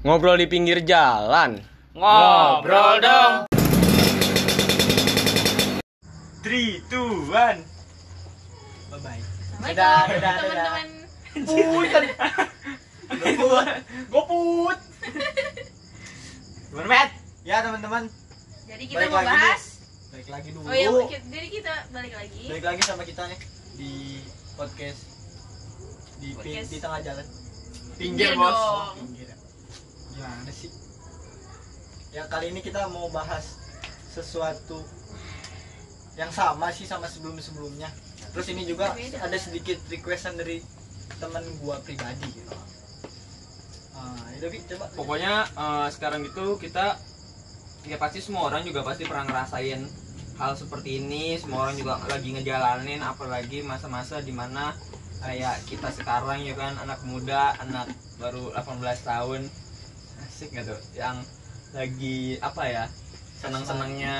Ngobrol di pinggir jalan. Ngobrol dong. 3, 2, 1. Bye-bye. Assalamualaikum teman-teman. Goput. Gimana, Met? Ya, teman-teman. Jadi kita mau bahas. Balik lagi dulu. Oh iya, jadi kita balik lagi. Balik lagi sama kita nih di podcast di tengah jalan. Pinggir Bos. dong. Pinggir. Gimana sih? Ya kali ini kita mau bahas sesuatu yang sama sih sama sebelum-sebelumnya. Terus ini juga Beda. ada sedikit requestan dari teman gua pribadi gitu. Itu coba. Pokoknya sekarang itu kita ya pasti semua orang juga pasti pernah ngerasain hal seperti ini. Semua orang juga lagi ngejalanin, apalagi masa-masa dimana kayak kita sekarang ya kan, anak muda, anak baru 18 tahun. Asik gak tuh? Yang lagi apa ya, senang-senangnya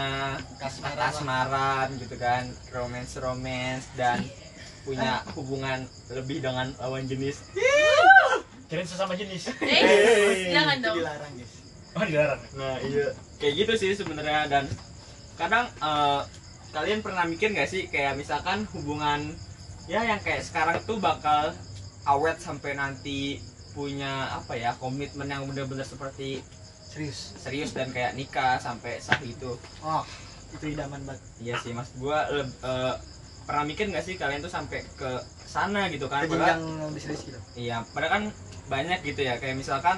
kasmaran gitu kan, romance dan punya hubungan lebih dengan lawan jenis. Kirain sesama jenis. Jangan dong. Dilarang, guys. Oh, dilarang. Nah iya, kayak gitu sih sebenarnya. Dan kadang kalian pernah mikir nggak sih kayak misalkan hubungan ya yang kayak sekarang tuh bakal awet sampai nanti punya apa ya, komitmen yang benar-benar seperti serius dan kayak nikah sampai sah gitu. Oh, itu idaman banget. Iya sih mas, gua pernah mikir nggak sih kalian tuh sampai ke sana gitu kan? Ke jenjang lebih serius gitu. Iya, padahal kan banyak gitu ya, kayak misalkan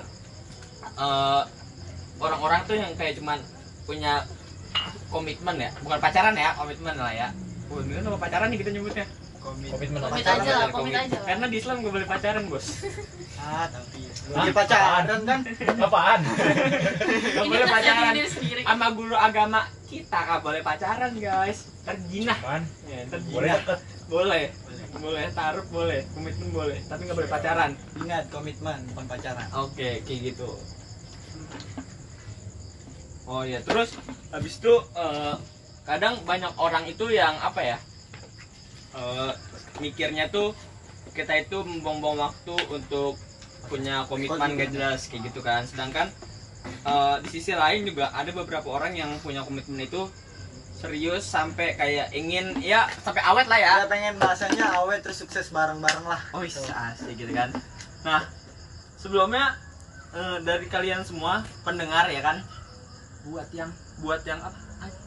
orang-orang tuh yang kayak cuman punya komitmen ya, bukan pacaran ya, komitmen lah ya. Ini kan apa pacaran nih kita nyebutnya? Komitmen Komit apa? aja lah, komit aja lah. Karena di Islam gak boleh pacaran bos. Tapi Hah? dia pacaran kan? Apaan? Gak Ini boleh kan pacaran. diri sendiri. Sama guru agama kita gak boleh pacaran guys. Terjinah. Apaan? Ya, Boleh terjinah. deket. Boleh taruh boleh, komitmen boleh, tapi gak boleh pacaran. Ingat, komitmen bukan pacaran. Oke, kayak gitu. Oh ya, terus habis itu kadang banyak orang itu yang apa ya, mikirnya tuh kita itu membuang-buang waktu untuk punya komitmen gak jelas kayak gitu kan. Sedangkan di sisi lain juga ada beberapa orang yang punya komitmen itu serius sampai kayak ingin ya sampai awet lah ya. Ya pengen bahasanya awet terus sukses bareng-bareng lah. Oh iya asik gitu kan. Nah sebelumnya dari kalian semua pendengar ya kan, buat yang apa?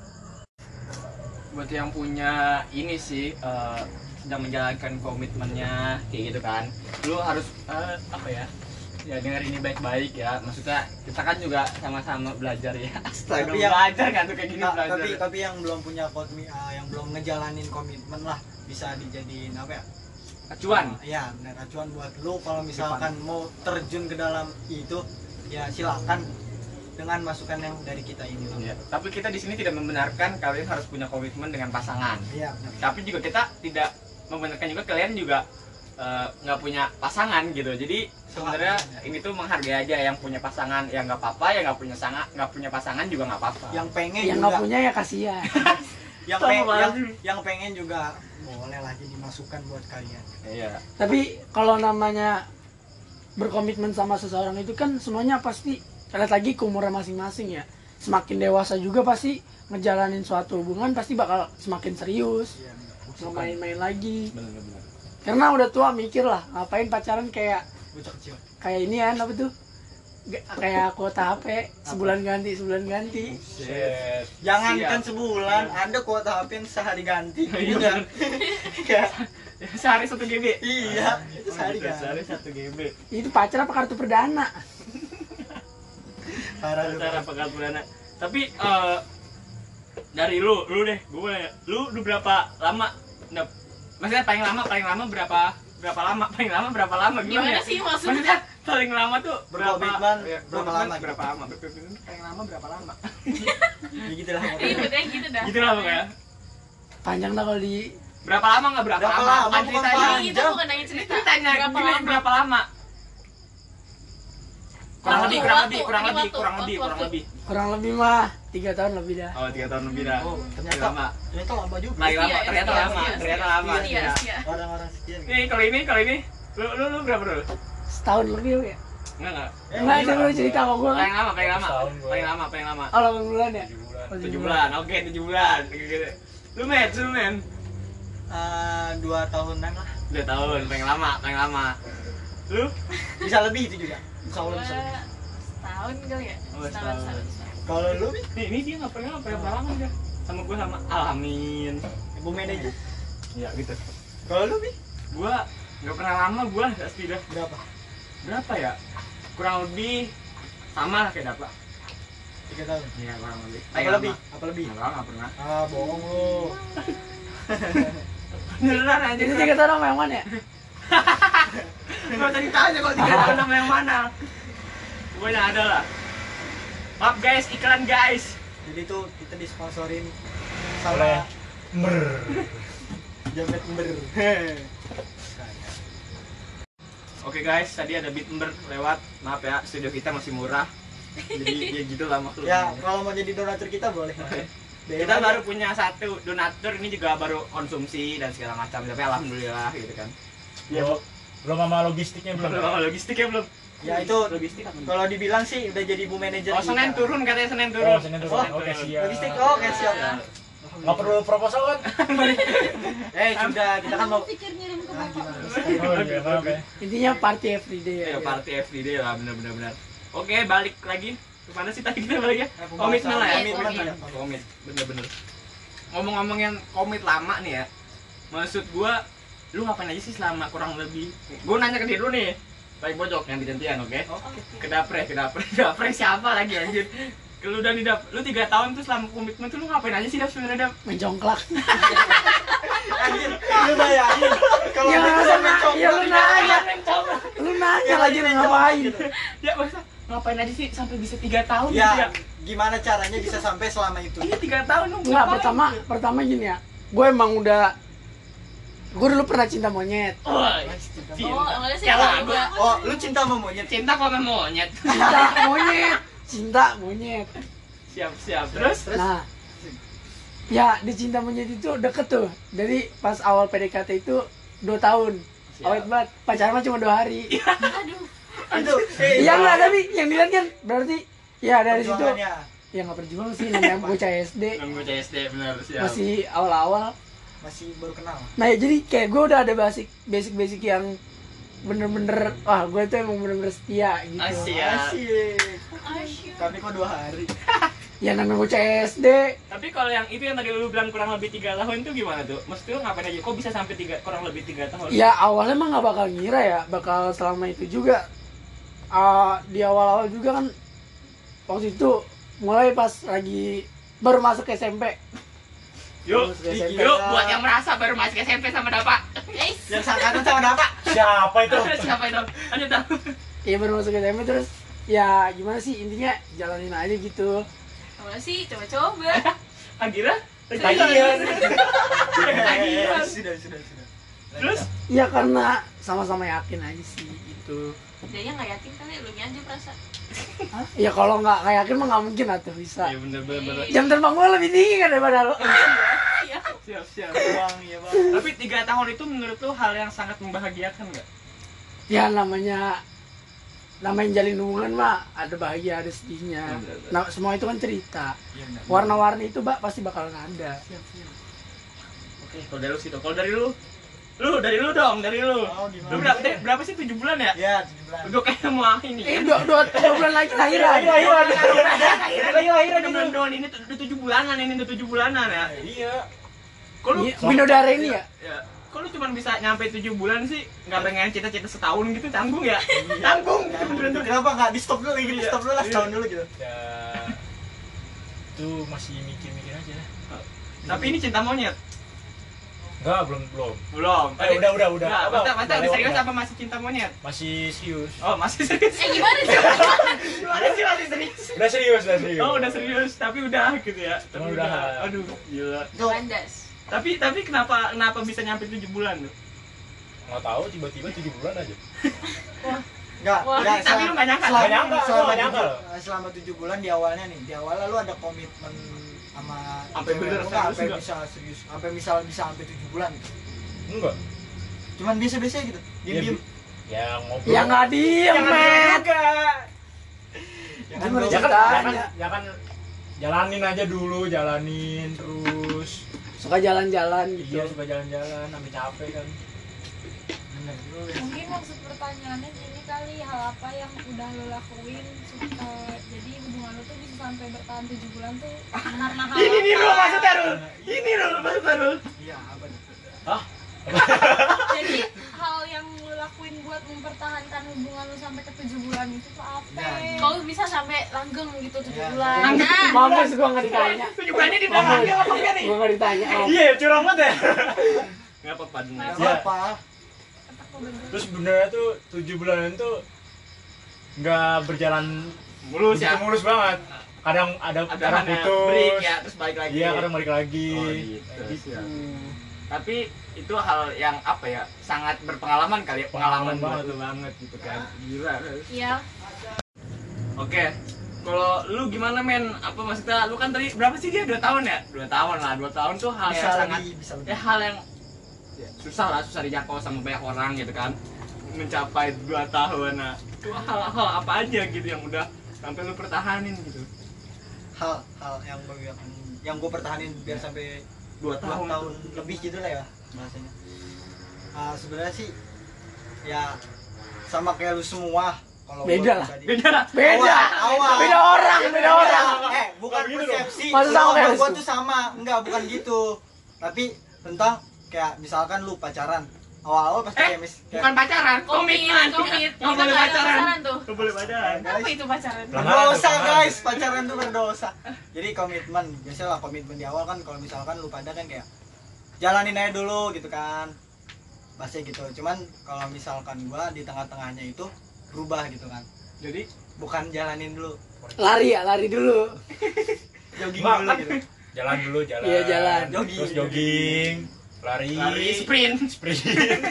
Buat yang punya ini sih sedang menjalankan komitmennya kayak gitu kan, lu harus apa ya? Ya dengar ini baik-baik ya. Maksudnya kita kan juga sama-sama belajar ya. Astaga, Tapi yang- belajar kan tuh kayak gini belajar. Tapi yang belum punya yang belum ngejalanin komitmen lah bisa dijadiin apa ya? Acuan. Ya benar, acuan buat lu kalau misalkan mau terjun ke dalam itu ya silakan dengan masukan yang dari kita ini loh. Ya, tapi kita di sini tidak membenarkan kalian harus punya komitmen dengan pasangan. Iya benar. Tapi juga kita tidak membenarkan juga kalian juga nggak punya pasangan gitu. Jadi sebenarnya ini tuh menghargai aja yang punya pasangan, yang nggak apa-apa, yang nggak punya pasangan juga nggak apa-apa. Yang pengen yang juga nggak punya ya kasihan. yang pengen juga boleh lah jadi masukan buat kalian. Iya. Tapi kalau namanya berkomitmen sama seseorang itu kan semuanya pasti lihat lagi ke umurnya masing-masing ya. Semakin dewasa juga pasti ngejalanin suatu hubungan pasti bakal semakin serius, Iya benar. nggak main-main lagi. Benar-benar. Karena udah tua mikir lah ngapain pacaran kayak Bocah kecil. ini ya apa tuh? Kayak kuota HP sebulan ganti. Shit. Jangan Siap. kan sebulan, ada kuota HP yang sehari ganti. Iya. Iya. Sehari 1 GB. Iya, itu sehari Sehari ganti. 1 GB. Itu pacar apa kartu perdana? Parah lu. Cara pegang perdana. Tapi dari lu deh, gue lu udah berapa lama? Maksudnya paling lama berapa lama? Paling lama berapa lama? Gimana ya? sih maksudnya? Maksudnya paling lama tuh berapa? Berkomitmen Ya, berapa komitmen lama? Berapa lama? Berkomitmen paling lama berapa lama? Ya gitu lah. Ribetnya gitu dah. Gitu lah pokoknya. Panjang dah kalau di Berapa lama nggak berapa Berapa lama? lama, Bukan bukan ceritanya. panjang. Kita bukan nanya cerita. Ceritanya Berapa gini, lama? berapa lama? Kurang Waktu, lebih. waktu. kurang lebih mah 3 tahun lebih dah. Oh 3 tahun lebih dah. Oh, ternyata lama. ternyata lama juga. Lagi lama, Iya, ternyata iya, lama, iya, ternyata iya, lama. iya, iya. Orang-orang setia. Nih kalau ini, lu berapa dulu? Setahun lebih ya. Enggak. Enggak, coba lu cerita sama gue kan. Paling lama, paling lama. Setahun gua. Paling lama. Oh, 8 bulan ya? 7 bulan. Oh, 7 bulan. Oke, 7 bulan. Gitu. Lu men. 2 tahunan lah. 2 tahun, paling lama. Lu? Bisa lebih itu juga. Insya Allah Gua bisa lebih. setahun kali ya. Oh, Setahun. setahun. Kalau lu Ini dia enggak pernah pengalaman dia. Sama gua sama Alhamin. ibu manajer. Iya, gitu. Kalau lu Bi Gua enggak pernah lama gua asli dah. berapa? Ya? Kurang lebih sama lah kayak Dapa. 3 tahun. Iya, kurang lebih. Apa lebih? Enggak pernah. Ah, bohong lu. Beneran aja. Ini 3 tahun sama yang mana ya? Gak usah ditanya kalau 3 tahun sama yang mana. Pokoknya ada lah. Maaf guys, iklan guys. Jadi tuh kita disponsorin Oleh sama Mer. Jamet Ember. Oke guys, tadi ada beat ember lewat. Maaf ya, studio kita masih murah. Jadi ya gitu lah maklum. Ya, kalau mau jadi donatur kita boleh. Oke. DM Kita aja. baru punya satu donatur, ini juga baru konsumsi dan segala macam. Tapi alhamdulillah gitu kan. Ya, Belum sama logistiknya belum. Belum logistiknya belum. Ya, itu logistik apa? kalau dibilang sih udah jadi bu manajer. Oh, Senin kita. turun katanya Senin turun. Oh, Senin turun. Oke, siap. Logistik, oke siap. Ya. Nggak perlu proposal kan? Sudah kita kan mau pikir ngirim ke bapak. Oh iya, maaf ya. Intinya party everyday ya. Ya, party everyday lah, bener-bener. Oke, balik lagi. Kemana sih tadi kita balik ya? pembahasan. Komitmen lah ya. Komitmen. Komit, bener-bener. Ngomong-ngomongin komit lama nih ya. Maksud gua, lu ngapain aja sih selama kurang lebih? Gua nanya ke dia dulu nih. Baik bojok yang gantian, oke? Oke. Ke Dapre siapa lagi anjir? Lu udah di lu 3 tahun tuh selama komitmen tuh lu ngapain aja sih Dap sebenarnya Dap? Menjongklak. Anjir, lu bayangin kalau Ya, kita lu mencoba ya, lu nanya. Lu nanya lagi lu ngapain? Ya masa ngapain aja sih sampai bisa 3 tahun gitu Ya, ya? gimana caranya bisa sampai selama itu? Iya 3 tahun lu Enggak, pertama gini ya. Gue emang udah dulu pernah cinta monyet. Oh, Oh, cinta. awalnya sih Kayak gua. Oh, lu cinta sama monyet? Cinta kok sama monyet. Cinta monyet. Siap. Terus? Nah, ya di cinta monyet itu deket tuh. Dari pas awal PDKT itu 2 tahun. Siap. Awet banget. Pacaran mah cuma 2 hari. Aduh. Itu. Iya enggak, tapi yang dilihat kan berarti ya dari situ. Perjuangannya. Ya nggak berjuang sih, namanya bocah SD. Nunggu CSD benar siap. Masih awal-awal. Masih baru kenal. Nah ya, jadi kayak gue udah ada basic yang bener-bener, wah gue tuh emang bener-bener setia gitu. Asyik. Asyik. Tapi kok 2 hari? Ya namanya bocah SD. Tapi kalau yang itu yang tadi lu bilang kurang lebih 3 tahun itu gimana tuh? Maksudnya lu ngapain aja? Kok bisa sampai kurang lebih 3 tahun? Ya awalnya emang nggak bakal ngira ya bakal selama itu juga. Di awal-awal juga kan waktu itu mulai pas lagi baru masuk SMP. Yuk, SMP. yuk buat yang merasa baru masuk SMP sama Dapa. Guys. Yang sangkatan sama apa? Siapa itu? Siapa itu? Lanjut dah. Iya baru masuk SMP terus ya gimana sih, intinya jalanin aja gitu. Awalnya sih coba-coba. Akhirnya Tagihan. Sudah. Terus? Ya karena sama-sama yakin aja sih gitu. Dia nggak yakin kali, lu aja perasa. Hah? Ya kalau nggak yakin mah nggak mungkin atuh bisa. Iya bener. Jam terbang gue lebih tinggi kan daripada lo. Iya. Siap. Bang, iya bang. Tapi 3 tahun itu menurut lu hal yang sangat membahagiakan nggak? Ya namanya jalin hubungan mah ada bahagia ada sedihnya. Bener. Nah semua itu kan cerita. Iya, benar. Warna-warni itu pasti bakalan ada. Oke, kalau dari lu sih, kalau dari lu dari lu dong, dari lu. Oh, gimana? Lu berapa sih 7 bulan ya? Ya, 7 bulan. Udah kayak mau ini. Dua bulan lagi lahiran. Lahiran bulan doang ini udah 7 bulanan ya. Iya. Kok lu Winodare ini ya. ya, kok lu cuma bisa nyampe 7 bulan sih? Enggak pengen cita-cita setahun gitu, tanggung ya? Tanggung. Kenapa nggak di stop dulu? Di stop dulu lah, setahun dulu gitu. Ya itu masih mikir-mikir aja. Tapi ini cinta monyet. Enggak, belum. Belum. Udah. Nah, Apa? masa Udah serius lewat, apa masih cinta monyet? Masih serius. Oh, masih serius. Gimana sih? Gimana sih masih serius? Udah serius. Oh, udah serius, tapi udah gitu ya. Tapi Oh, udah. udah. Aduh, gila. Tuh, Landas. Tapi kenapa bisa nyampe 7 bulan tuh? Nggak tahu tiba-tiba 7 bulan aja. Enggak, Wah, tapi lu nggak nyangka. Nggak nyangka, nggak nyangka. Selama 7 bulan di awalnya nih, di awalnya lu ada komitmen sama Sampai cewek bener lu nggak? serius Sampai nggak? bisa serius, sampai bisa sampai 7 bulan gitu. Enggak. Cuman biasa-biasa gitu, Ya, diem-diem. Ya ngobrol. Ya nggak diem, Met. Yang Gimana belum- Ya kan, ceritanya? ya kan jalanin aja dulu, jalanin terus. Suka jalan-jalan gitu. Iya, suka jalan-jalan sampai capek kan. Mungkin maksud pertanyaannya gini kali, hal apa yang udah lo lakuin jadi hubungan lo tuh bisa sampai bertahan 7 bulan tuh karena hal Ini nih apa? lo maksudnya Rul. Ini lo maksudnya Rul. Iya, apa tuh? Hah? Jadi hal yang lo lakuin buat mempertahankan hubungan lo sampai ke 7 bulan itu tuh apa? Ya. Kau bisa sampai langgeng gitu 7 Ya. bulan. Nah, Mampus gua nggak ditanya. Tujuannya di belakang dia apa enggak nih? Gua nggak ditanya. Oh. Iya, curang banget ya. Enggak apa-apa Dun. Nggak Iya. apa-apa. Terus sebenarnya tuh 7 bulan itu nggak berjalan Mulus ya. mulus banget. Kadang ada kadang Ada putus. break ya, terus balik lagi. Iya, kadang balik lagi. Oh, gitu. Kayak gitu. Tapi itu hal yang apa ya? Sangat berpengalaman kali ya, pengalaman Pengalaman banget banget gitu kan. Gila. Iya. Oke. Kalau lu gimana men? Apa maksudnya lu kan tadi berapa sih dia 2 tahun ya? 2 tahun lah. 2 tahun tuh hal Bisa yang sangat lebih, bisa lebih. ya hal yang ya, susah lah, susah dijangkau sama banyak orang gitu kan. Mencapai 2 tahun. Nah, itu hal-hal apa aja gitu yang udah sampai lu pertahanin gitu. Hal yang gue pertahanin biar sampai 2 2 tahun. tahun lebih gitu lah ya bahasanya. Sebenarnya sih ya sama kayak lu semua. Kalau gua Beda lah. pribadi. Beda lah. Beda. Awal. Beda orang, beda orang. Bukan Gitu dong. persepsi. Masa Lu sama sama kayak gua lu? tuh sama. Enggak, bukan gitu. Tapi tentang kayak misalkan lu pacaran. Awal-awal pasti kayak Bukan pacaran, komitmen. Komit. Nggak Kita boleh nggak ada pacaran. pacaran tuh. Nggak boleh pacaran. Apa itu pacaran? berdosa guys, pacaran tuh berdosa. Jadi komitmen, biasalah komitmen di awal kan kalau misalkan lu pada kan kayak jalanin aja dulu gitu kan. Pasti gitu. Cuman kalau misalkan gua di tengah-tengahnya itu berubah gitu kan. Jadi Bukan jalanin dulu, Lari ya, lari dulu. jogging Bang, dulu kan. gitu. Jalan dulu, jalan. Iya, jalan. Terus jogging, lari, sprint. sprint.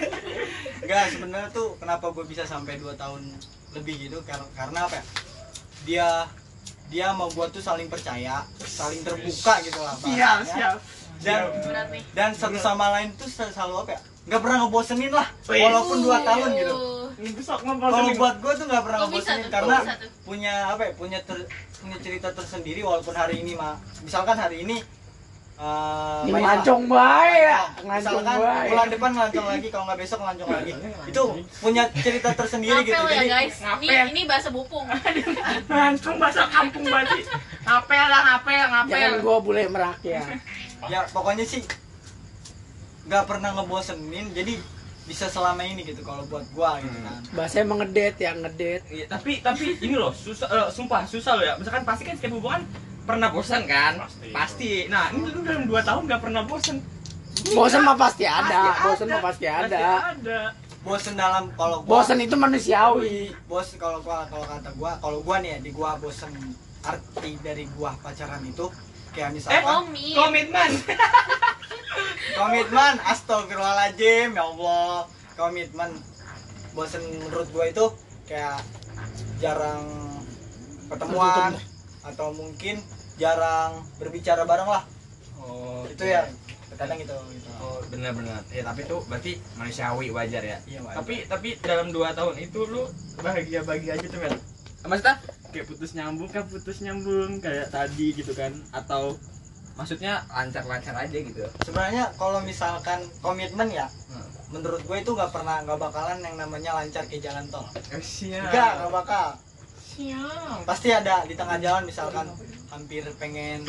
Enggak, sebenarnya tuh kenapa gue bisa sampai 2 tahun lebih gitu karena apa ya? Dia mau gua tuh saling percaya, saling terbuka gitu lah. Siap, bahasanya. siap. Berat nih. Dan satu sama lain tuh selalu apa ya? Nggak pernah ngebosenin lah, Wih. walaupun 2 tahun gitu. Ini besok Kalau ngobrol. buat gue tuh nggak pernah Kok bisa ngebosenin tuh? karena Kok bisa tuh? punya apa ya? Punya cerita tersendiri walaupun hari ini misalkan hari ini Ini baik ngelancong lah. bae ya, Misalkan ngelancong bae. bulan depan ngelancong lagi, kalau nggak besok ngelancong lagi. Itu punya cerita tersendiri gitu. Ngapel ya Jadi guys. ngapel. Ini bahasa bupung. Langsung bahasa kampung banget. Ngapel lah, ngapel, ngapel. Jangan gua boleh merak ya. ya pokoknya sih nggak pernah ngebosenin. Jadi bisa selama ini gitu kalau buat gua gitu kan. Bahasanya mengedet ya, ngedet. Iya, tapi ini loh, susah sumpah susah loh ya. Misalkan pasti kan setiap hubungan pernah bosan kan? Pasti. Nah, ini lu dalam 2 tahun nggak pernah bosan. Bosan mah pasti ada, bosan mah pasti ada. Bosen dalam kalau gua Bosan itu manusiawi. bos kalau kata gua nih ya, di gua bosen, arti dari gua pacaran itu kayak misalkan Komit. Komitmen. komitmen, astagfirullahaladzim, ya Allah, komitmen. Bosen menurut gua itu kayak jarang ketemuan atau mungkin jarang berbicara bareng lah. Oh, Itu ya kadang gitu. Oh, benar-benar. Ya, tapi tuh berarti manusiawi, wajar ya. Iya, wajar. Tapi dalam 2 tahun itu lu bahagia-bahagia aja tuh, men. Maksudnya kayak putus nyambung kayak tadi gitu kan, atau maksudnya lancar-lancar aja gitu. Sebenarnya kalau misalkan komitmen ya, menurut gue itu nggak bakalan yang namanya lancar kayak jalan tol. Siap. Nggak bakal. Siap. Pasti ada di tengah jalan misalkan hampir pengen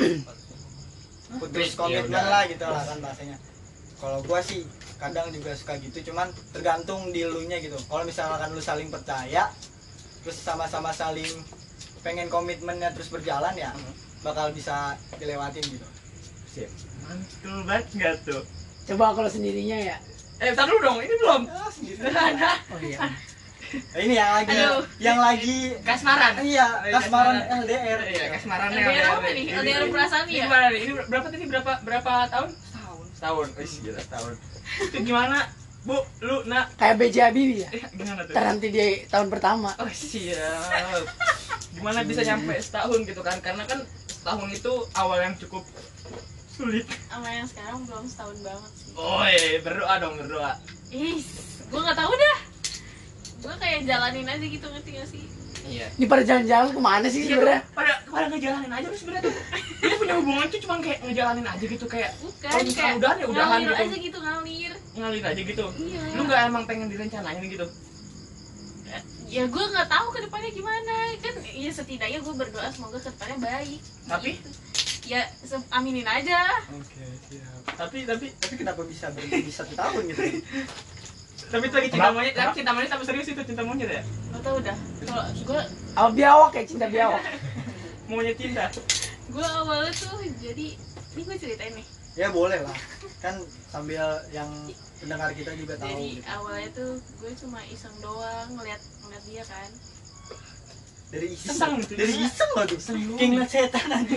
putus komitmen Ya udah. lah gitu lah kan bahasanya. Kalau gua sih kadang juga suka gitu, cuman tergantung di elunya gitu. Kalau misalkan lu saling percaya terus sama-sama saling pengen komitmennya terus berjalan ya bakal bisa dilewatin gitu. Siap. Mantul banget nggak tuh? Coba kalau sendirinya ya. Bentar dulu dong, ini belum. Oh iya. Nah, ini Aduh. yang lagi Kasmaran. iya kasmaran LDR. Iya, kasmaran LDR apa nih? LDR perasaan Ini ya? gimana nih? Ini berapa tahun? Setahun. Wih, gila setahun. Itu gimana? Bu, lu nak Kayak B.J. Habibie ya. gimana tuh? Ntar nanti dia tahun pertama. Oh, siap. Gimana bisa nyampe setahun gitu kan? Karena kan setahun itu awal yang cukup sulit. Sama yang sekarang belum setahun banget sih. Oi, berdoa dong, berdoa. Ih, gua nggak tahu dah. gue kayak jalanin aja gitu, ngerti gak sih? Iya. Ini pada jalan-jalan kemana sih sebenarnya? Pada ngejalanin aja tuh sebenarnya tuh. Ini punya hubungan tuh cuma kayak ngejalanin aja gitu kayak Bukan, kalau misalnya kayak udahan ya udahan ngalir gitu. aja gitu, ngalir. Ngalir aja gitu. Iya. Lu nggak emang pengen direncanain gitu? Ya gue nggak tahu ke depannya gimana kan, ya setidaknya gue berdoa semoga ke depannya baik. Tapi? Gitu. Ya aminin aja. Oke, siap. Tapi kenapa bisa berhenti 1 tahun gitu? Tapi itu lagi cinta monyet, tapi cinta monyet tapi serius itu cinta monyet ya? Gak tau udah. Kalau gue Oh, biawak ya, cinta biawak. Monyet cinta. awalnya tuh jadi ini gue ceritain nih. Ya boleh lah. Kan sambil yang pendengar kita juga tahu. Jadi Gitu. awalnya tuh gue cuma iseng doang ngeliat dia kan. Dari iseng. Iseng gitu. Dari iseng loh tuh. Kayak ngeliat setan aja.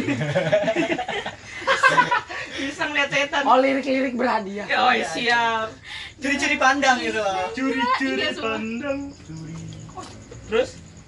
Bisa ngeliat setan. Oh, lirik-lirik berhadiah. Oh siap. Curi-curi pandang gitu loh. Curi-curi iya, sumpah. pandang. Terus?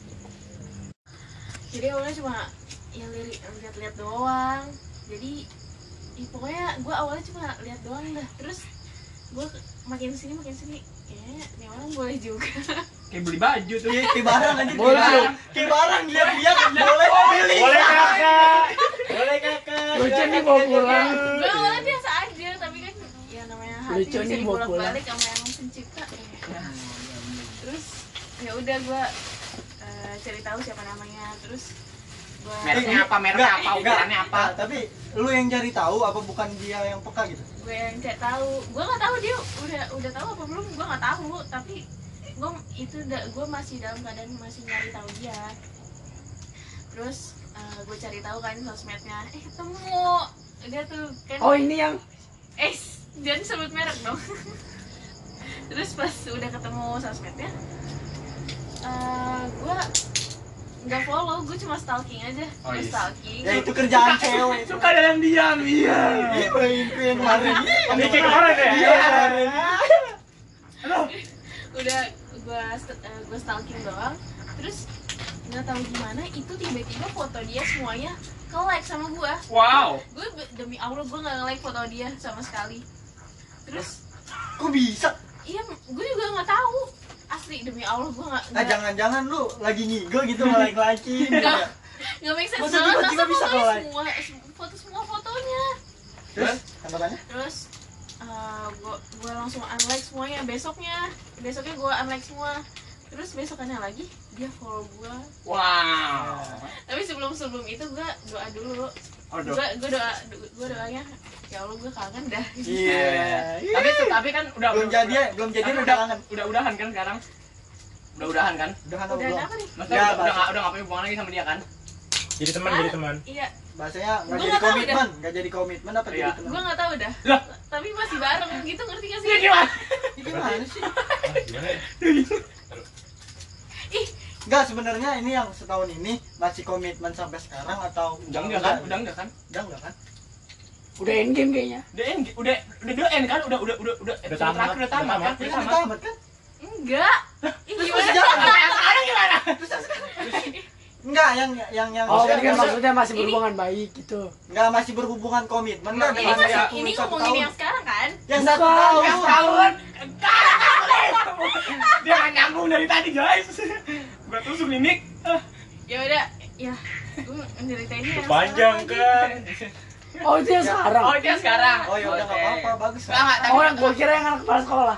Jadi awalnya cuma ya lihat-lihat doang. Jadi pokoknya gue awalnya cuma lihat doang dah. Terus gue makin sini kayaknya ini orang boleh juga. Kayak beli baju tuh. Iya, kayak barang aja. Boleh. Kayak barang lihat boleh pilih. Boleh kakak. Boleh kakak. Lucu nih bawa pulang. Gue awalnya biasa aja, tapi kan ya namanya hati Lucu bisa nih, bawa dibolak-balik sama yang pencipta. Terus ya udah gue cari tahu siapa namanya. Terus gue Mereknya apa? Mereknya apa? Ukurannya apa? Nah, tapi lu yang cari tahu apa bukan dia yang peka gitu? gue yang cek tahu. Gue nggak tahu dia udah tahu apa belum, gue nggak tahu. Tapi gue masih dalam keadaan masih nyari tahu dia. Terus gue cari tahu kan sosmednya, ketemu dia tuh kan. Oh, ini yang Jangan sebut merek dong. Terus pas udah ketemu sosmednya, gue nggak follow, gue cuma stalking aja. Oh, yes. Stalking. Ya itu kerjaan cewek. Suka dalam diam, iya. Itu yang kemarin. Ini kayak kemarin ya? Iya, kemarin. Udah gue stalking doang. Terus nggak tahu gimana itu tiba-tiba foto dia semuanya ke like sama gue. Wow. Gue demi Allah gue nggak nge-like foto dia sama sekali. Terus Kok bisa? iya gue juga nggak tahu, asli demi Allah gue Ah, jangan-jangan lu lagi ngigel gitu nge-like-likein. nggak make sense Masa banget. tiba-tiba bisa fotonya ke-like? semua fotonya. Terus tanggapannya? Terus gue langsung unlike semuanya. Besoknya gue unlike semua. Terus besokannya lagi dia follow gue. Wow. Tapi sebelum itu gue doa dulu. Oh, Gue doanya ya Allah gue kangen dah. Iya. Tapi kan udah Belum jadian udah kangen. udahan kan sekarang? Udahan kan? Udah kan Udah belum? apa nih? Maksudnya Ya, udah nggak punya hubungan lagi sama dia kan? Jadi teman. Iya, Bahasanya nggak Gua jadi nggak tahu komitmen, nggak jadi komitmen apa Iya. jadi gue teman? nggak tahu dah. Lah. Tapi masih bareng gitu, ngerti gak sih? Iya gimana? Ini gimana sih? Gimana ya? Ih, Enggak, sebenarnya ini yang setahun ini masih komitmen sampai sekarang atau Udah enggak kan? Udah enggak kan? Udah enggak kan? udah end game kayaknya. Udah end kan? Udah episode tamat. terakhir udah tamat kan? Ini Udah kan tamat. tamat kan? enggak. Ih, Terus gimana? masih jalan? Sekarang gimana? Enggak, yang Oh, maksudnya kan enggak maksudnya masih berhubungan baik gitu. masih berhubungan komitmen enggak Ini dengan masih satu ini satu ngomongin tahun. yang sekarang kan? Yang satu Bukan, tahun. Yang tahun. Dia nggak nyambung dari tadi guys. Gua tusuk nih mic. Ya udah, ya gue ceritainnya yang Panjang sekarang lagi. kan? Oh, itu yang sekarang. Oh dia sekarang. Oh ya udah enggak Oke. apa-apa, bagus Nggak, lah. nggak, Oh, yang gue kira yang anak kepala sekolah.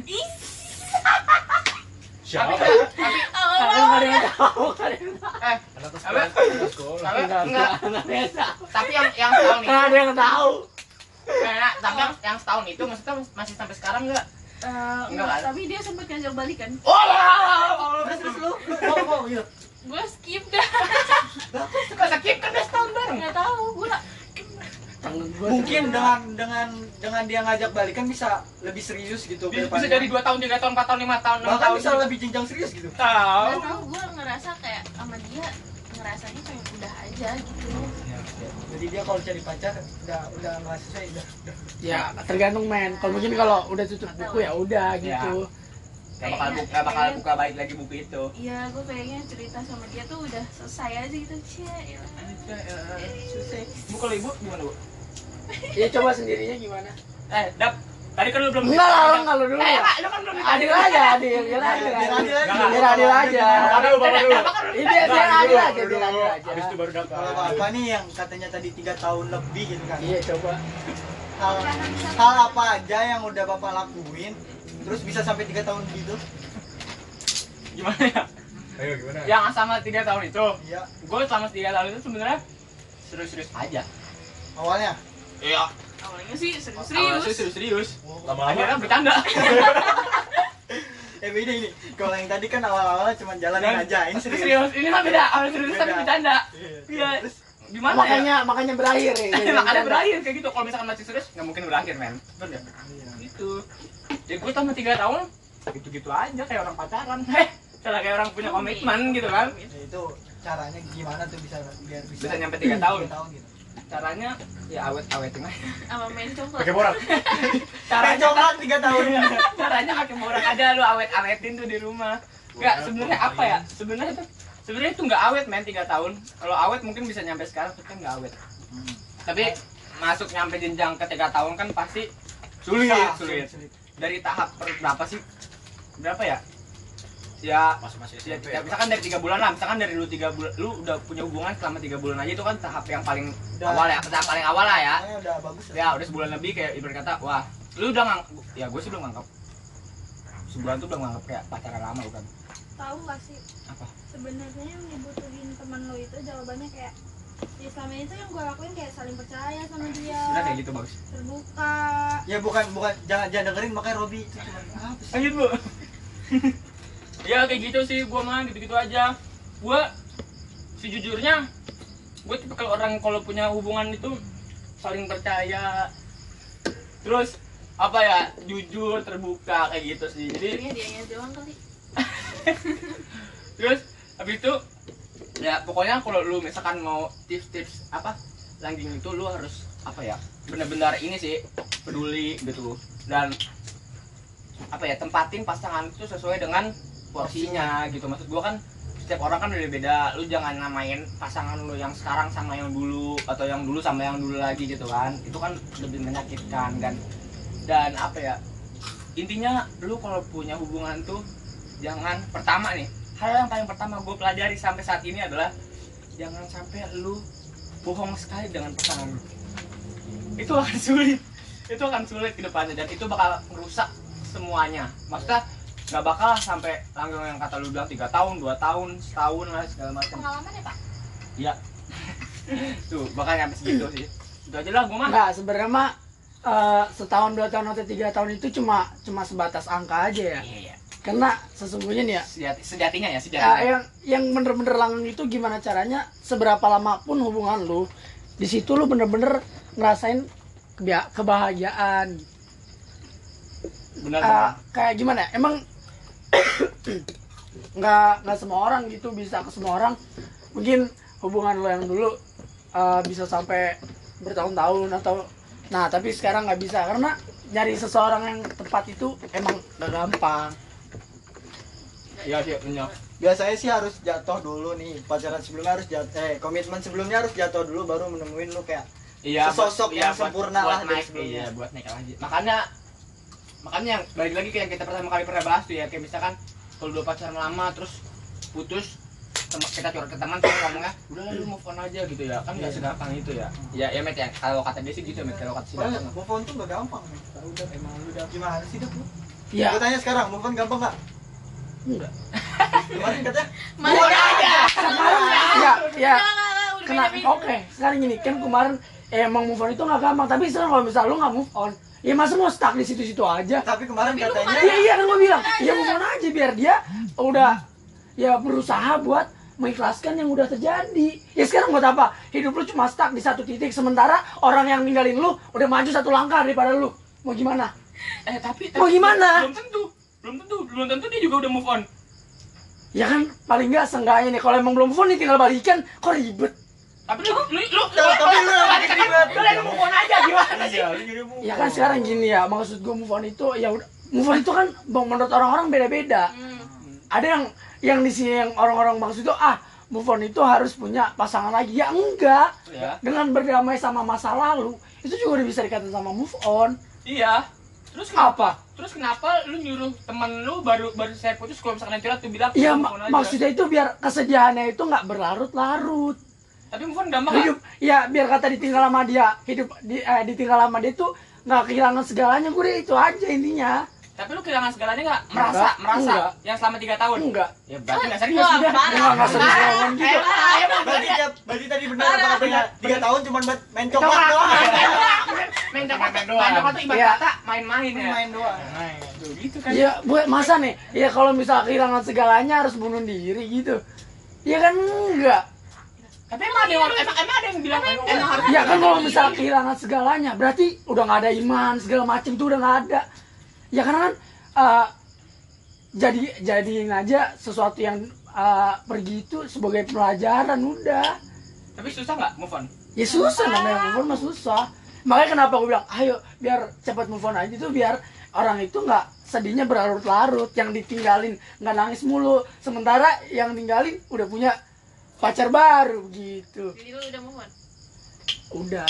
Siapa? tapi Karena nggak ada yang tahu, nggak ada yang tahu. Anak Apa? sekolah. Nggak enggak. ada yang tahu. Tapi yang setahun itu, Nggak ada yang tahu. tapi yang setahun itu maksudnya masih sampai sekarang enggak? Enggak Enggak, kan? tapi dia sempat ngajak balikan. Terus lu oh iya. Gue skip dah. Suka sakit kan udah setahun bareng. Nggak tahu, gue Mungkin dengan dia ngajak balikan bisa lebih serius gitu ke Bisa depannya. jadi 2 tahun, 3 tahun, 4 tahun, 5 tahun, 6 Bahkan tahun. bisa lebih jenjang serius gitu. Tahu. nggak tahu. Gue ngerasa kayak sama dia ngerasanya kayak udah aja gitu. Jadi dia kalau cari pacar udah nggak sesuai udah. Ya, tergantung men. Kalau mungkin kalau udah tutup buku ya udah gitu. Gak bakal buka baik lagi buku itu. Iya, gue kayaknya cerita sama dia tuh udah selesai aja gitu. Cie, ya. Bu kalau ibu gimana bu? Ya coba sendirinya gimana? Dap, Tadi kan lu belum. Enggak lah, enggak lu dulu. Lu kan belum. Adil aja, adil Biar adil aja. Biar adil aja. Bapak dulu. Ini biar adil aja, biar adil aja. Habis itu baru dapat. Kalau Bapak nih yang katanya tadi 3 tahun lebih gitu kan. Iya, coba. Hal apa aja yang udah Bapak lakuin terus bisa sampai 3 tahun gitu? Gimana ya? Ayo gimana? Yang sama 3 tahun itu, Iya. gue selama 3 tahun itu sebenarnya serius-serius aja. Awalnya. Iya. Awalnya sih Awalnya serius-serius. serius-serius. Lama-lama Akhirnya bercanda. Beda ini. Kalau yang tadi kan awal-awalnya cuma jalanin aja. Ini serius. Serius. Ini mah beda. Awal serius tapi Beda. bercanda. Iya. Gimana ya? Makanya berakhir ya. Makanya berakhir kayak gitu. Kalau misalkan masih serius, nggak mungkin berakhir, men. Bener nggak? Gitu. Ya gue selama 3 tahun, gitu-gitu aja kayak orang pacaran. Kayak orang punya komitmen gitu kan. Ya, itu caranya gimana tuh biar bisa Bisa nyampe 3 tahun. 3 tahun gitu. Caranya ya awet-awetin aja. Sama main coklat. Pakai borak. Caranya coklat 3 tahun. Caranya pakai borak aja lu awet-awetin tuh di rumah. Enggak, sebenarnya apa ya? Sebenarnya itu enggak awet, men, 3 tahun. Kalau awet mungkin bisa nyampe sekarang, tapi kan enggak awet. Tapi masuk nyampe jenjang ke 3 tahun kan pasti sulit. Dari tahap berapa sih? Berapa ya? Ya, Masih ya, SMP. ya misalkan dari 3 bulan lah, misalkan dari lu 3 bulan, lu udah punya hubungan selama 3 bulan aja itu kan tahap yang paling Udah. awal ya, tahap paling awal lah ya. Makanya udah bagus. Ya udah sebulan lebih kayak ibarat kata, wah lu udah ya gue sih belum nganggap sebulan tuh udah nganggap kayak pacaran lama bukan? Tahu nggak sih? Apa? Sebenarnya yang dibutuhin teman lo itu jawabannya kayak ya selama ini tuh yang gue lakuin kayak saling percaya sama dia, Sebenarnya kayak gitu bagus. terbuka. Ya bukan jangan dengerin makanya Robi itu cuma apa sih? Lanjut bu. Ya kayak gitu sih gue mah gitu-gitu aja. Gue sejujurnya gue tipe kalau orang kalau punya hubungan itu saling percaya, terus apa ya jujur terbuka kayak gitu sih. Jadi Ini dianya doang kali. terus habis itu ya pokoknya kalau lu misalkan mau tips-tips apa langgeng itu lu harus apa ya benar-benar ini sih peduli gitu dan apa ya tempatin pasangan itu sesuai dengan porsinya gitu. Maksud gua kan setiap orang kan beda-beda, lu jangan namain pasangan lu yang sekarang sama yang dulu atau yang dulu sama yang dulu lagi gitu kan, itu kan lebih menyakitkan kan. Dan apa ya intinya lu kalau punya hubungan tuh jangan, pertama nih hal yang paling pertama gue pelajari sampai saat ini adalah jangan sampai lu bohong sekali dengan pasangan lu. Itu akan sulit ke depannya dan itu bakal merusak semuanya. Maksudnya nggak bakal sampai langgeng yang kata lu bilang 3 tahun, 2 tahun, setahun lah segala macam. Pengalaman ya Pak? Iya. Tuh bakal nyampe segitu sih. Itu aja lah gue mah. Enggak, sebenarnya mah setahun 2 tahun atau 3 tahun itu cuma sebatas angka aja ya. Iya. Karena sesungguhnya nih ya, Sejatinya ya, sejatinya. yang bener-bener langgeng itu gimana caranya, seberapa lama pun hubungan lu, di situ lu bener-bener ngerasain kebahagiaan. Benar. Kayak gimana ya? Emang nggak semua orang gitu bisa ke semua orang. Mungkin hubungan lo yang dulu bisa sampai bertahun-tahun atau nah, tapi sekarang nggak bisa karena nyari seseorang yang tepat itu emang nggak gampang. Iya sih, benar. Biasanya sih harus jatuh dulu nih, pacaran sebelumnya harus komitmen sebelumnya harus jatuh dulu baru menemuin lu kayak Iya, sesosok yang sempurna lah dari naik, sebelumnya. iya, buat naik lagi. Makanya balik lagi kayak yang kita pertama kali pernah bahas tuh ya, kayak misalkan kalau udah pacaran lama terus putus, kita curhat ke teman terus ngomongnya udah lu move on aja gitu ya, kan nggak segampang itu ya. Ya Met ya, kalau kata dia sih gitu Met, kalau kata si Datang. Move on tuh gak gampang. Udah emang lu udah gimana sih, Dok? Iya. Gue tanya sekarang, move on gampang gak? Enggak. Kemarin katanya Mana aja. Ya. Oke, sekarang gini kan kemarin emang move on itu nggak gampang, tapi sekarang kalau misal lu nggak move on, ya masa mau stuck di situ-situ aja. tapi kemarin Tapi lu katanya Iya kan gue bilang, ya move on aja biar dia udah ya berusaha buat mengikhlaskan yang udah terjadi. Ya sekarang buat apa? Hidup lu cuma stuck di satu titik, sementara orang yang ninggalin lu udah maju 1 langkah daripada lu. Mau gimana? Tapi Mau gimana? belum tentu dia juga udah move on. Ya kan paling nggak seenggaknya nih kalau emang belum move on nih tinggal balikan, kok ribet? Tapi lu tapi lu yang ribet. lu yang move on aja gimana sih? Ya kan sekarang gini ya, maksud gue move on itu ya udah, move on itu kan menurut orang-orang beda-beda. Ada yang di sini yang orang-orang maksud itu move on itu harus punya pasangan lagi. Ya enggak. Ya. Dengan berdamai sama masa lalu itu juga udah bisa dikatakan sama move on. Iya. Terus Apa? Terus kenapa lu nyuruh temen lu baru saya putus kalau misalkan curhat tuh bilang Ya move on aja. maksudnya itu biar kesedihannya itu nggak berlarut-larut. Tapi move on gampang Hidup, ya biar kata ditinggal sama dia, ditinggal sama dia tuh nggak kehilangan segalanya. Gue deh itu aja intinya. Tapi lu kehilangan segalanya nggak? Enggak. Yang selama 3 tahun? Enggak. Ya berarti nggak serius Wah, udah. parah. Nggak serius ngomong gitu. Berarti tadi benar apa katanya 3 tahun cuma buat main coklat doang. Main doang. coklat tuh ibarat Iya. kata main-main ya. Main doang. Tuh gitu kan. Iya, buat masa nih? Ya kalau misal kehilangan segalanya harus bunuh diri gitu. Ya kan enggak. Tapi emang ada yang bilang emang harus. Ya kan kalau misal kehilangan segalanya, berarti udah nggak ada iman segala macem tuh udah nggak ada. Ya karena kan jadiin aja sesuatu yang pergi itu sebagai pelajaran udah. Tapi susah nggak move on? Ya susah namanya move on mah susah. Makanya kenapa gue bilang, ayo biar cepat move on aja tuh biar orang itu nggak sedihnya berlarut-larut, yang ditinggalin nggak nangis mulu. Sementara yang tinggalin udah punya pacar baru gitu. Jadi lu udah move on? Udah.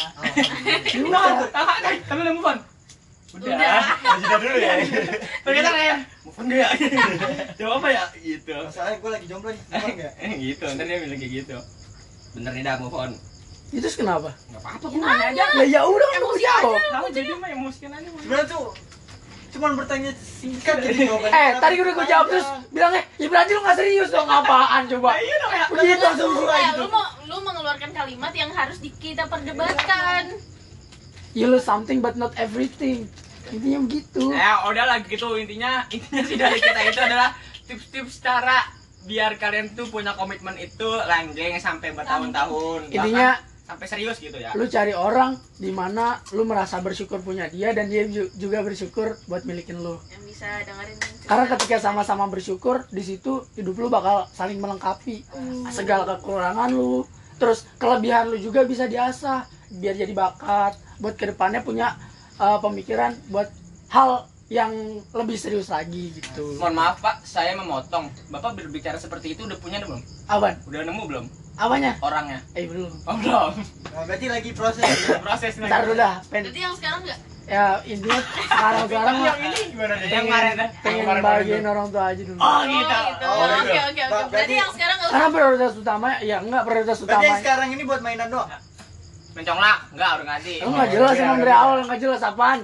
Nah, tapi udah move on. Udah. Lanjutan dulu ya. Ternyata kayak move on ya. Jawab apa ya? Gitu. Masalahnya gue lagi jomblo nih, bukan enggak? Gitu, ntar dia bilang kayak gitu. Bener nih dah move on. Itu terus kenapa? Enggak apa-apa, gue nanya aja. Lah ya udah kan gue jawab. Kamu jadi mah emosian aja. Sebenarnya tuh cuman bertanya singkat gitu jawabannya. Tadi udah gue jawab terus bilangnya, ya berarti lu gak serius dong, apaan coba? Iya dong ya. Begitu langsung Lu, gua gitu. lu mengeluarkan kalimat yang harus kita perdebatkan. You lose something but not everything. Intinya begitu. Ya udah lah gitu, intinya sih dari kita itu adalah tips-tips cara biar kalian tuh punya komitmen itu langgeng sampai bertahun-tahun. Intinya sampai serius gitu ya. lu cari orang di mana lu merasa bersyukur punya dia dan dia juga bersyukur buat milikin lu. Yang bisa dengerin cerita. Karena ketika sama-sama bersyukur, di situ hidup lu bakal saling melengkapi. Segala kekurangan lu, terus kelebihan lu juga bisa diasah biar jadi bakat buat kedepannya punya pemikiran buat hal yang lebih serius lagi gitu. Mohon maaf Pak, saya memotong. Bapak berbicara seperti itu udah punya belum? Apaan? Udah nemu belum Apanya? orangnya? Belum. Oh belum. Nah, berarti lagi proses. Proses nih. Ntar dulu dah. Berarti yang sekarang enggak? Ya intinya sekarang Yang mah ini gimana nih? Yang pengen, kemarin dah. pengen bahagiain orang tua aja dulu. Oh gitu. Oh, Oke, gitu. oke, oke. Berarti yang sekarang enggak Karena usah. prioritas utama ya enggak prioritas Berarti yang utama. sekarang ini buat mainan doang. Menconglak? Enggak, udah ganti. Lu nggak jelas emang dari awal nggak jelas apaan?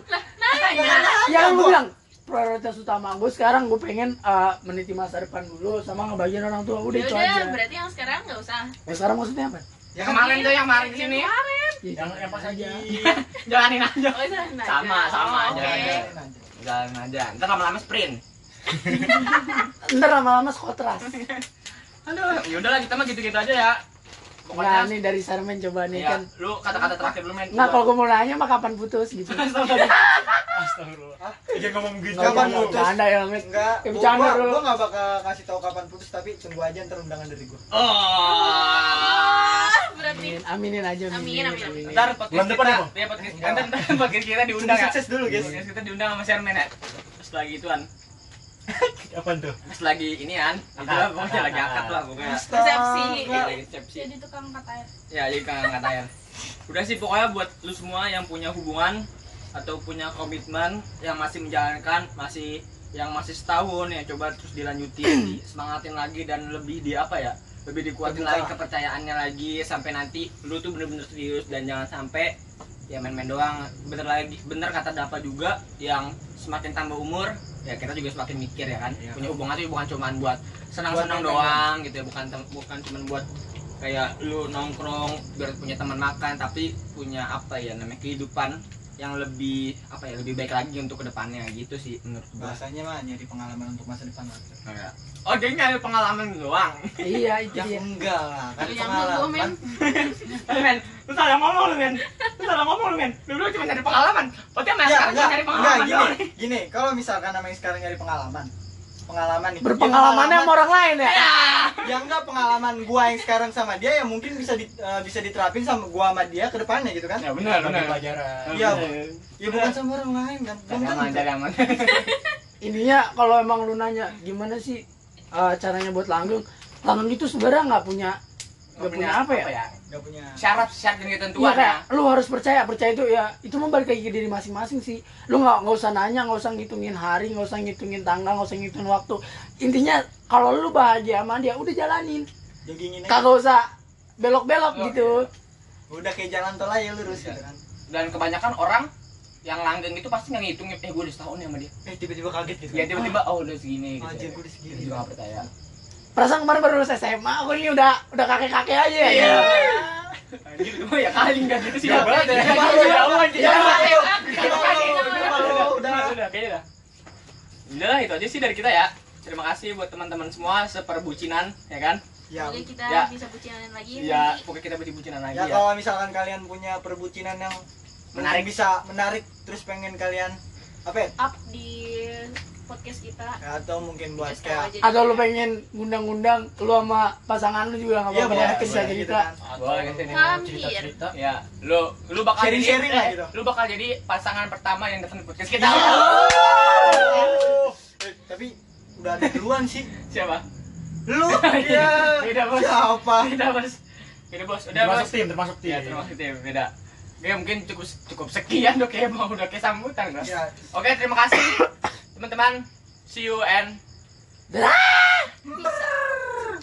Ya kan gue bilang prioritas utama gue sekarang gue pengen meniti masa depan dulu sama ngebagian orang tua udah itu Yaudah, aja. berarti yang sekarang enggak usah. Ya sekarang maksudnya apa? Ya kemarin tuh yang kemarin sini. Yang pas lagi Jalanin aja. Oh, jalan aja. Sama Oh, aja. oke. Jalan aja. Ntar lama-lama sprint. Ntar lama-lama skotras. Aduh, yaudahlah kita mah gitu-gitu aja ya. Nah Pokoknya nih dari Sarmen coba nih ya, kan. lu kata-kata terakhir lu men. Nggak kalau gue mau nanya mah kapan putus gitu. Astagfirullah. Jangan ngomong gitu. Kapan Nggak putus? bercanda ya Met. Enggak, Ya, bercanda gua dulu. enggak bakal kasih tahu kapan putus tapi tunggu aja ntar undangan dari gua. Oh. Berarti Aminin aja. Amin, amin. Ntar podcast Bulan depan kita, apa? ya podcast ntar podcast kita diundang ya. Sukses dulu, guys. Podcast kita diundang sama Sherman ya. Pas lagi ituan. Apaan tuh? Pas lagi inian, itulah pokoknya lagi akad lah pokoknya. resepsi. Iya, lagi resepsi. Jadi tukang kata air. Ya, jadi kangen kata air. Udah sih pokoknya buat lu semua yang punya hubungan atau punya komitmen yang masih menjalankan, yang masih setahun ya coba terus dilanjutin, semangatin lagi dan lebih di apa ya? Lebih dikuatin lagi kepercayaannya lagi sampai nanti lu tuh bener-bener serius dan jangan sampai ya main-main doang. Bener kata Dapa juga yang semakin tambah umur ya kita juga semakin mikir ya kan. Punya hubungan tuh bukan cuma buat senang-senang doang gitu ya, bukan cuma buat kayak lu nongkrong biar punya teman makan, tapi punya apa ya namanya kehidupan yang lebih apa ya lebih baik lagi untuk kedepannya gitu sih menurut gua. Bahasanya mah nyari pengalaman untuk masa depan lah. Oh jadi nyari pengalaman doang. Iya itu Ya dia. enggak lah, kan Lu yang gua, men. pengalaman. Men, lu salah ngomong lu men. Lu salah ngomong lu men. Dulu cuma nyari pengalaman. Berarti sama yang Ya, sekarang cuma nyari pengalaman doang. gini, kalau misalkan nama yang sekarang nyari pengalaman nih. Berpengalamannya sama orang lain ya. Ya enggak, pengalaman gua yang sekarang sama dia ya mungkin bisa diterapin sama gua sama dia ke depannya gitu kan? Ya benar benar. Pelajaran. Iya, ya bukan sama orang lain kan. Belum Jangan tentu. jangan. Intinya kalau emang lu nanya gimana sih caranya buat langgeng itu sebenarnya nggak punya apa ya? nggak punya syarat dan Iya ketentuan kayak ya. lu harus percaya itu ya itu mau balik lagi ke diri masing-masing sih. Lu nggak usah nanya, nggak usah ngitungin hari, nggak usah ngitungin tanggal, nggak usah ngitungin waktu. Intinya kalau lu bahagia sama dia udah jalanin, joggingin aja. kagak usah belok-belok Oh, gitu. Udah kayak jalan tol aja lurus gitu kan. Dan kebanyakan orang yang langgeng itu pasti nggak ngitungin, gue udah setahun ya sama dia. Tiba-tiba kaget gitu. Ya tiba-tiba oh udah segini gitu. Anjir, gue udah segini. Dia juga nggak percaya. Perasaan kemarin baru lulus SMA, aku ini udah kakek-kakek aja ya. Iya. Anjir, gue ya kali nggak gitu sih. Jauh banget ya. Jauh anjir. Udah. Kayaknya dah. Udah itu aja sih dari kita ya. Terima kasih buat teman-teman semua seperbucinan ya kan. Ya, Semoga kita Ya. bisa bucinan lagi Ya, nanti. pokoknya kita bucinan lagi ya ya. kalau misalkan kalian punya perbucinan yang Menarik. bisa menarik terus pengen kalian apa ya? Up di podcast kita. Ya, atau mungkin buat Kita kayak aja Atau lu juga. pengen ngundang-ngundang lu sama pasangan lu juga nggak Iya, apa-apa boleh, ya, bisa boleh, cerita. Boleh kesini. Hampir. Ya, lu bakal Sharing-sharing lah gitu. Lu bakal jadi pasangan pertama yang datang di podcast kita. tapi udah ada duluan sih. Siapa? Lu ya. Beda bos. Siapa? Beda bos. Beda bos. Udah bos. Termasuk tim. Ya, terima kasih beda. Oke, mungkin cukup sekian udah kayak mau udah kayak sambutan bos. Ya, Oke, terima kasih teman-teman. See you and Dah.